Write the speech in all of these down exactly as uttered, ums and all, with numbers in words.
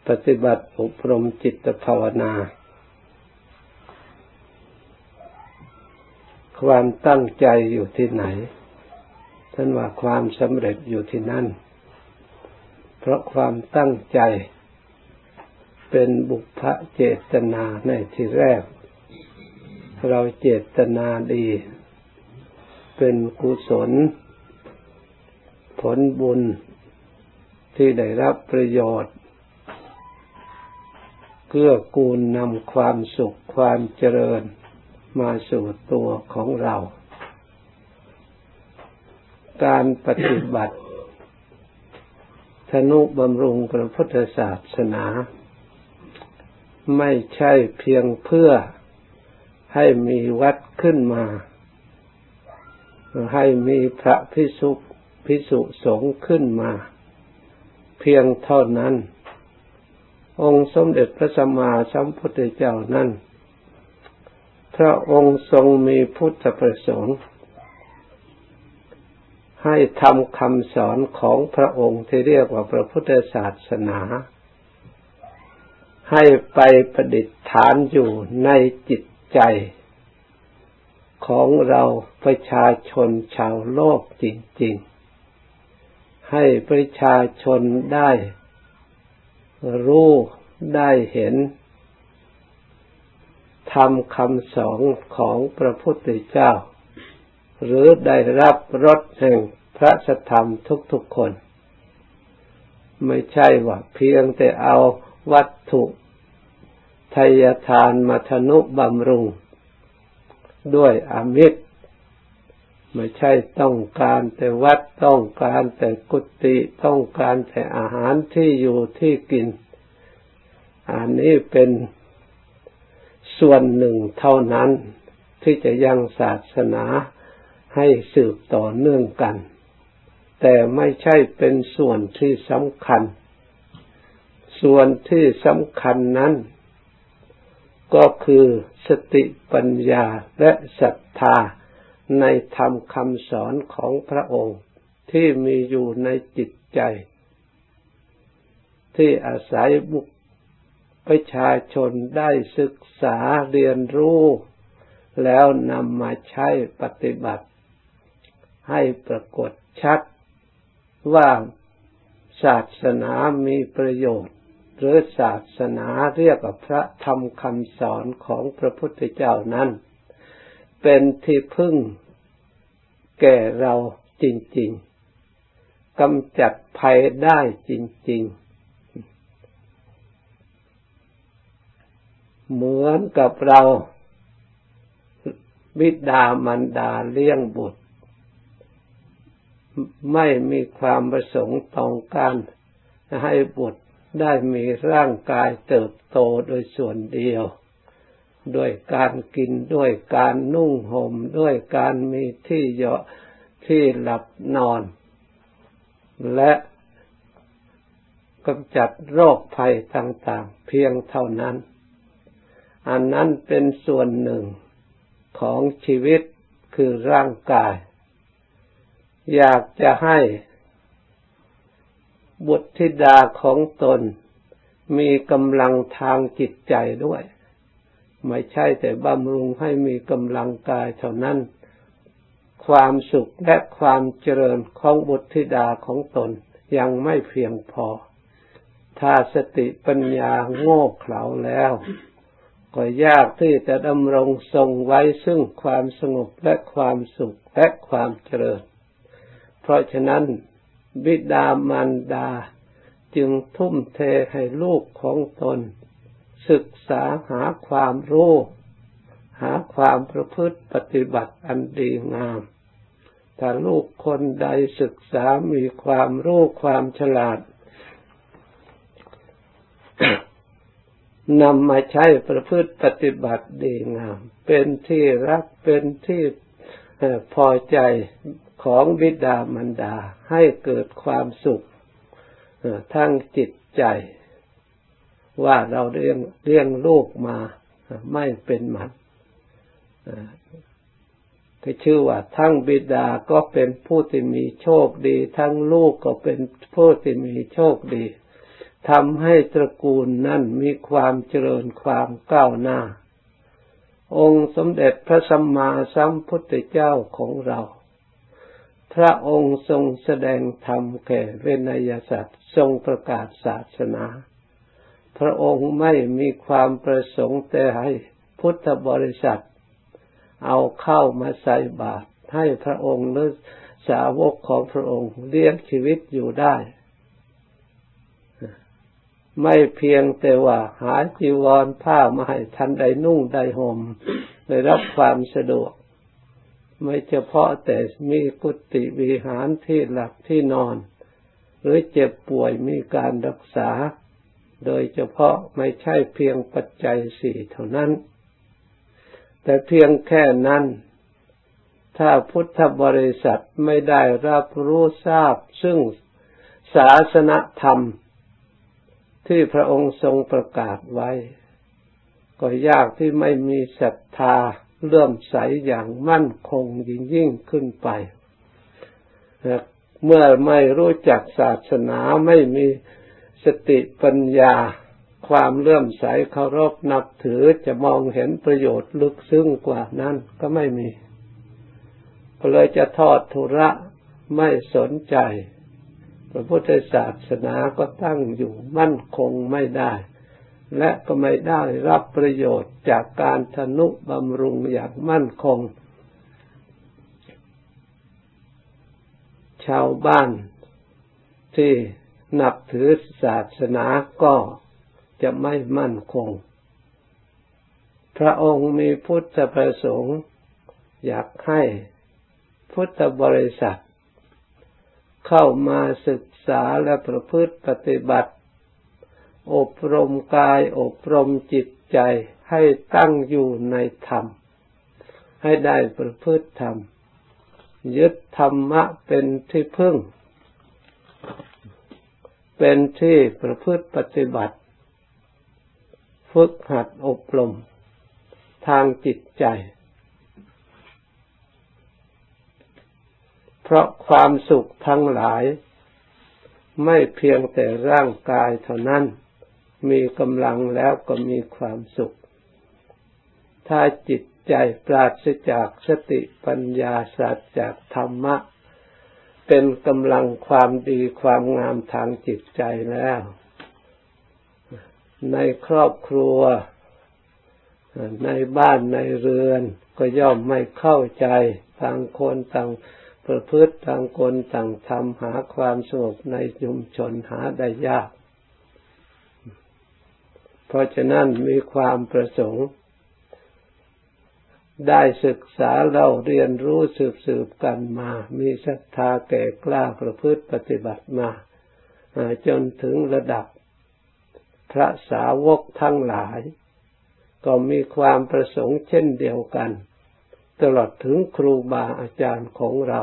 ปฏิบัติอบรมจิตภาวนาความตั้งใจอยู่ที่ไหนท่านว่าความสำเร็จอยู่ที่นั่นเพราะความตั้งใจเป็นบุพเจตนาในที่แรกเราเจตนาดีเป็นกุศลผลบุญที่ได้รับประโยชน์เกื้อกูลนำความสุขความเจริญมาสู่ตัวของเราการปฏิบัติทนุบำรุงพระพุทธศาสนาไม่ใช่เพียงเพื่อให้มีวัดขึ้นมาให้มีพระภิกษุภิกษุสงฆ์ขึ้นมาเพียงเท่านั้นองค์สมเด็จพระสัมมาสัมพุทธเจ้านั้นพระองค์ทรงมีพุทธประสงค์ให้ทำคำสอนของพระองค์ที่เรียกว่าพระพุทธศาสนาให้ไปประดิษฐานอยู่ในจิตใจของเราประชาชนชาวโลกจริงๆให้ประชาชนได้รู้ได้เห็นธรรมคำสอนของพระพุทธเจ้าหรือได้รับรสแห่งพระสัทธรรมทุกๆคนไม่ใช่ว่าเพียงแต่เอาวัตถุทายทานมาทนุบำรุงด้วยอามิสไม่ใช่ต้องการแต่วัดต้องการแต่กุฏิต้องการแต่อาหารที่อยู่ที่กินอันนี้เป็นส่วนหนึ่งเท่านั้นที่จะยังศาสนาให้สืบต่อเนื่องกันแต่ไม่ใช่เป็นส่วนที่สำคัญส่วนที่สำคัญนั้นก็คือสติปัญญาและศรัทธาในธรรมคำสอนของพระองค์ที่มีอยู่ในจิตใจที่อาศัยบุคประชาชนได้ศึกษาเรียนรู้แล้วนำมาใช้ปฏิบัติให้ปรากฏชัดว่าศาสนามีประโยชน์หรือศาสนาเรียกว่าพระธรรมคำสอนของพระพุทธเจ้านั้นเป็นที่พึ่งแก่เราจริงๆกำจัดภัยได้จริงๆเหมือนกับเราบิดามารดาเลี้ยงบุตรไม่มีความประสงค์ต้องการให้บุตรได้มีร่างกายเติบโตโดยส่วนเดียวด้วยการกินด้วยการนุ่งห่มด้วยการมีที่เหาะที่หลับนอนและกำจัดโรคภัยต่างๆเพียงเท่านั้นอันนั้นเป็นส่วนหนึ่งของชีวิตคือร่างกายอยากจะให้บุตรธิดาของตนมีกำลังทางจิตใจด้วยไม่ใช่แต่บำรุงให้มีกำลังกายเท่านั้นความสุขและความเจริญของบุตรธิดาของตนยังไม่เพียงพอถ้าสติปัญญาโง่เขลาแล้วก็ยากที่จะดำรงทรงไว้ซึ่งความสงบและความสุขและความเจริญเพราะฉะนั้นบิดามารดาจึงทุ่มเทให้ลูกของตนศึกษาหาความรู้หาความประพฤติปฏิบัติอันดีงามถ้าลูกคนใดศึกษามีความรู้ความฉลาด นำมาใช้ประพฤติปฏิบัติดีงามเป็นที่รักเป็นที่พอใจของบิดามารดาให้เกิดความสุขทั้งจิตใจว่าเราเลี้ยงเลี้ยงลูกมาไม่เป็นหมันก็ชื่อว่าทั้งบิดาก็เป็นผู้ที่มีโชคดีทั้งลูกก็เป็นผู้ที่มีโชคดีทำให้ตระกูลนั้นมีความเจริญความก้าวหน้าองค์สมเด็จพระสัมมาสัมพุทธเจ้าของเราพระองค์ทรงแสดงธรรมแก่เวนยสัตว์ทรงประกาศศาสนาพระองค์ไม่มีความประสงค์แต่ให้พุทธบริษัทเอาเข้ามาใส่บาตรให้พระองค์หรือสาวกของพระองค์เลี้ยงชีวิตอยู่ได้ไม่เพียงแต่ว่าหาจีวรผ้ามาให้ท่านได้นุ่งได้ห่มได้รับความสะดวกไม่เฉพาะแต่มีกุฏิวิหารที่หลับที่นอนหรือเจ็บป่วยมีการรักษาโดยเฉพาะไม่ใช่เพียงปัจจัยสี่เท่านั้นแต่เพียงแค่นั้นถ้าพุทธบริษัทไม่ได้รับรู้ทราบซึ่งศาสนธรรมที่พระองค์ทรงประกาศไว้ก็ยากที่ไม่มีศรัทธาเลื่อมใสอย่างมั่นคงยิ่งยิ่งขึ้นไปเมื่อไม่รู้จักศาสนาไม่มีสติปัญญาความเลื่อมใสเคารพนับถือจะมองเห็นประโยชน์ลึกซึ้งกว่านั้นก็ไม่มีก็เลยจะทอดทุระไม่สนใจพระพุทธศาสนาก็ตั้งอยู่มั่นคงไม่ได้และก็ไม่ได้รับประโยชน์จากการทนุบำรุงอย่างมั่นคงชาวบ้านที่นับถือศาสนาก็จะไม่มั่นคงพระองค์มีพุทธประสงค์อยากให้พุทธบริษัทเข้ามาศึกษาและประพฤติปฏิบัติอบรมกายอบรมจิตใจให้ตั้งอยู่ในธรรมให้ได้ประพฤติธรรมยึดธรรมะเป็นที่พึ่งเป็นที่ประพฤติปฏิบัติฝึกหัดอบรมทางจิตใจเพราะความสุขทั้งหลายไม่เพียงแต่ร่างกายเท่านั้นมีกำลังแล้วก็มีความสุขถ้าจิตใจปราศจากสติปัญญาปราศจากธรรมะเป็นกำลังความดีความงามทางจิตใจแล้วในครอบครัวในบ้านในเรือนก็ย่อมไม่เข้าใจต่างคนต่างประพฤติต่างคนต่างทำหาความสงบในชุมชนหาได้ยากเพราะฉะนั้นมีความประสงค์ได้ศึกษาเราเรียนรู้สืบสืบกันมามีศรัทธาแก่กล้าประพฤติปฏิบัติมาจนถึงระดับพระสาวกทั้งหลายก็มีความประสงค์เช่นเดียวกันตลอดถึงครูบาอาจารย์ของเรา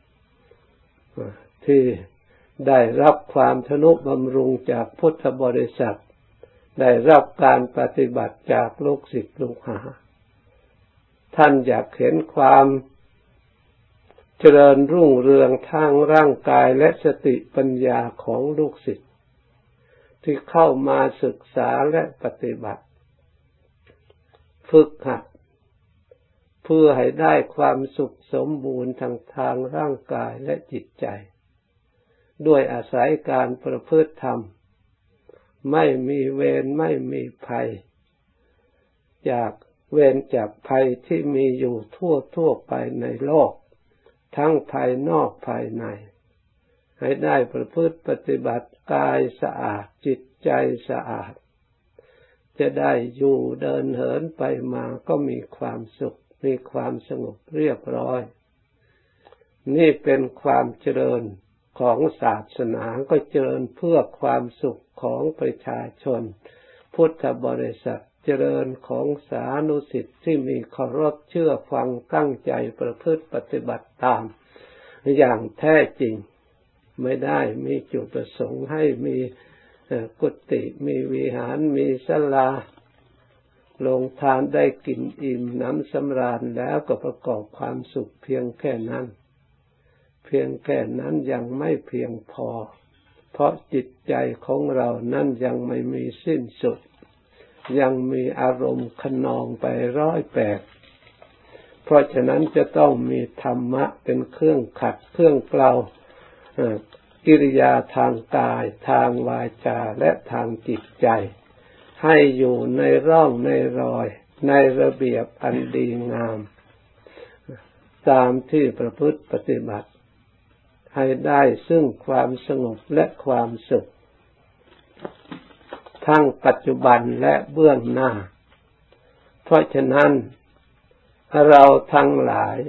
ที่ได้รับความทนุบำรุงจากพุทธบริษัทได้รับการปฏิบัติจากลูกศิษย์ลูกหาท่านอยากเห็นความเจริญรุ่งเรืองทางร่างกายและสติปัญญาของลูกศิษย์ที่เข้ามาศึกษาและปฏิบัติฝึกหัดเพื่อให้ได้ความสุขสมบูรณ์ทางทางร่างกายและจิตใจด้วยอาศัยการประพฤติธรรมไม่มีเวรไม่มีภัยจากเวรจากภัยที่มีอยู่ทั่วทั่วไปในโลกทั้งภายนอกภายในให้ได้ประพฤติปฏิบัติกายสะอาดจิตใจสะอาดจะได้อยู่เดินเหินไปมาก็มีความสุขมีความสงบเรียบร้อยนี่เป็นความเจริญของศาสนาก็เจริญเพื่อความสุขของประชาชนพุทธบริษัทเจริญของสานุสิทธิ์ที่มีเคารพเชื่อฟังตั้งใจประพฤติปฏิบัติตามอย่างแท้จริงไม่ได้มีจุดประสงค์ให้มีกุฏิมีวิหารมีศาลาลงทานได้กินอิ่มน้ำสำราญแล้วก็ประกอบความสุขเพียงแค่นั้นเพียงแค่นั้นยังไม่เพียงพอเพราะจิตใจของเรานั้นยังไม่มีสิ้นสุดยังมีอารมณ์ขนองไปร้อยแปดเพราะฉะนั้นจะต้องมีธรรมะเป็นเครื่องขัดเครื่องเกลากิริยาทางกายทางวาจาและทางจิตใจให้อยู่ในร่องในรอยในระเบียบอันดีงามตามที่ประพฤติปฏิบัติให้ได้ซึ่งความสงบและความสุขทั้งปัจจุบันและเบื้องหน้าเพราะฉะนั้นเราทั้งหลาย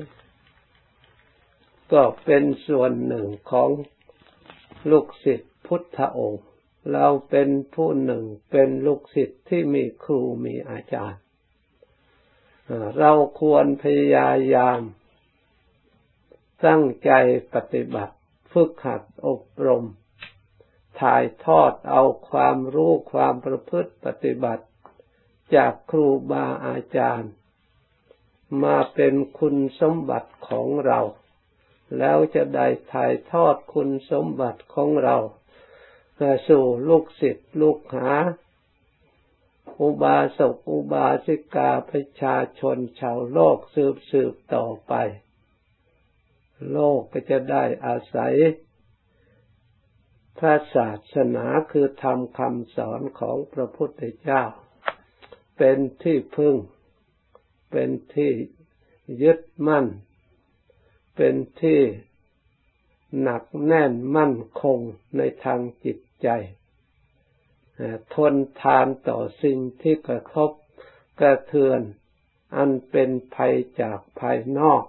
ก็เป็นส่วนหนึ่งของลูกศิษย์พุทธองค์เราเป็นผู้หนึ่งเป็นลูกศิษย์ที่มีครูมีอาจารย์เราควรพยายามตั้งใจปฏิบัติฝึกหัดอบรมถ่ายทอดเอาความรู้ความประพฤติปฏิบัติจากครูบาอาจารย์มาเป็นคุณสมบัติของเราแล้วจะได้ถ่ายทอดคุณสมบัติของเราสู่ลูกศิษย์ลูกหาอุบาสกอุบาสิกาประชาชนชาวโลกสืบสืบต่อไปโลกก็จะได้อาศัยพระศาสนาคือธรรมคำสอนของพระพุทธเจ้าเป็นที่พึ่งเป็นที่ยึดมั่นเป็นที่หนักแน่นมั่นคงในทางจิตใจทนทานต่อสิ่งที่กระทบกระเทือนอันเป็นภัยจากภายนอก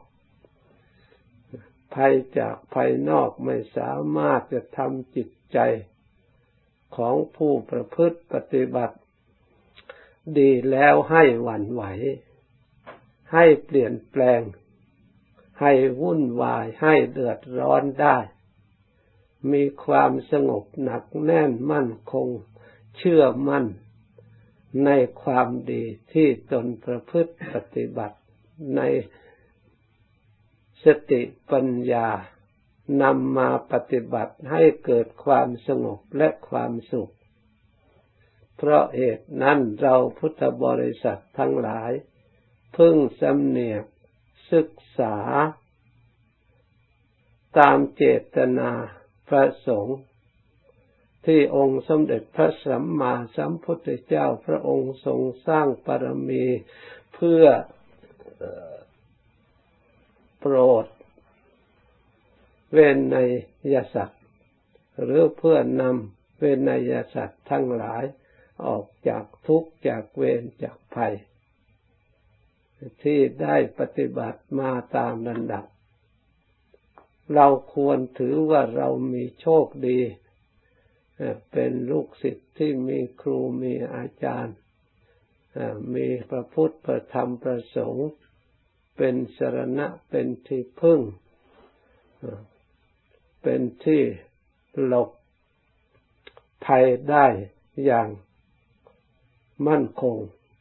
ภัยจากภายนอกไม่สามารถจะทำจิตใจของผู้ประพฤติปฏิบัติดีแล้วให้หวั่นไหวให้เปลี่ยนแปลงให้วุ่นวายให้เดือดร้อนได้มีความสงบหนักแน่นมั่นคงเชื่อมั่นในความดีที่ตนประพฤติปฏิบัติในสติปัญญานำมาปฏิบัติให้เกิดความสงบและความสุขเพราะเหตุนั้นเราพุทธบริษัททั้งหลายพึงสำเนียกศึกษาตามเจตนาพระสงฆ์ที่องค์สมเด็จพระสัมมาสัมพุทธเจ้าพระองค์ทรงสร้างบารมีเพื่อโปรดเวนยสัตว์หรือเพื่อนำเวนยสัตว์ทั้งหลายออกจากทุกข์จากเวรจากภัยที่ได้ปฏิบัติมาตามลำดับเราควรถือว่าเรามีโชคดีเป็นลูกศิษย์ที่มีครูมีอาจารย์มีพระพุทธพระธรรมพระสงฆ์เป็นสรณะเป็นที่พึ่งเป็นที่หลบภัยได้อย่างมั่นคง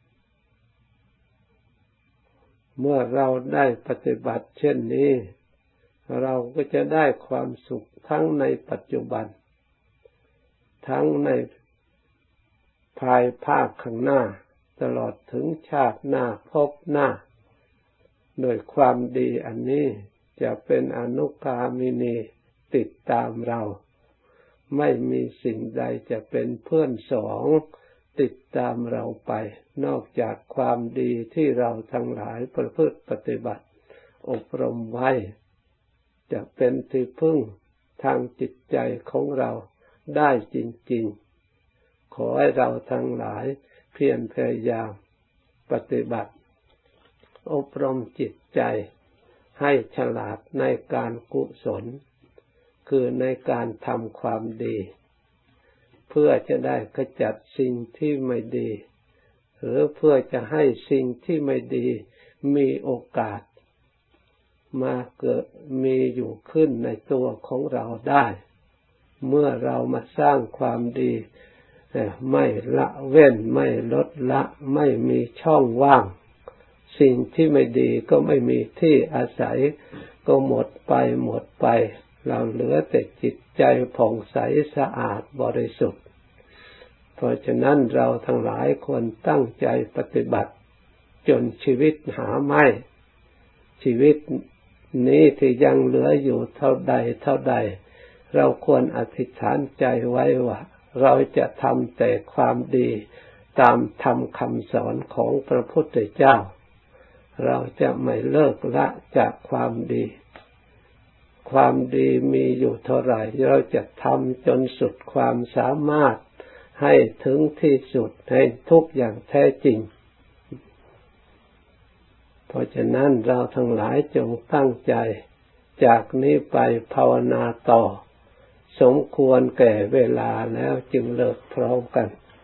เมื่อเราได้ปฏิบัติเช่นนี้เราก็จะได้ความสุขทั้งในปัจจุบันทั้งในภายภาคข้างหน้าตลอดถึงชาติหน้าภพหน้าโดยความดีอันนี้จะเป็นอนุกามินีติดตามเราไม่มีสิ่งใดจะเป็นเพื่อนสองติดตามเราไปนอกจากความดีที่เราทั้งหลายประพฤติปฏิบัติอบรมไว้จะเป็นที่พึ่งทางจิตใจของเราได้จริงๆขอให้เราทั้งหลายเพียรพยายามปฏิบัติอบรมจิตใจให้ฉลาดในการกุศลคือในการทำความดีเพื่อจะได้ขจัดสิ่งที่ไม่ดีหรือเพื่อจะให้สิ่งที่ไม่ดีมีโอกาสมาเกิดมีอยู่ขึ้นในตัวของเราได้เมื่อเรามาสร้างความดีไม่ละเว้นไม่ลดละไม่มีช่องว่างสิ่งที่ไม่ดีก็ไม่มีที่อาศัยก็หมดไปหมดไปเราเหลือแต่จิตใจผ่องใสสะอาดบริสุทธิ์เพราะฉะนั้นเราทั้งหลายควรตั้งใจปฏิบัติจนชีวิตหาไม่ชีวิตนี้ที่ยังเหลืออยู่เท่าใดเท่าใดเราควรอธิษฐานใจไว้ว่าเราจะทำแต่ความดีตามธรรมคำสอนของพระพุทธเจ้าเราจะไม่เลิกละจากความดีความดีมีอยู่เท่าไหร่เราจะทำจนสุดความสามารถให้ถึงที่สุดให้ทุกอย่างแท้จริงเพราะฉะนั้นเราทั้งหลายจงตั้งใจจากนี้ไปภาวนาต่อสมควรแก่เวลาแล้วจึงเลิกพร้อมกัน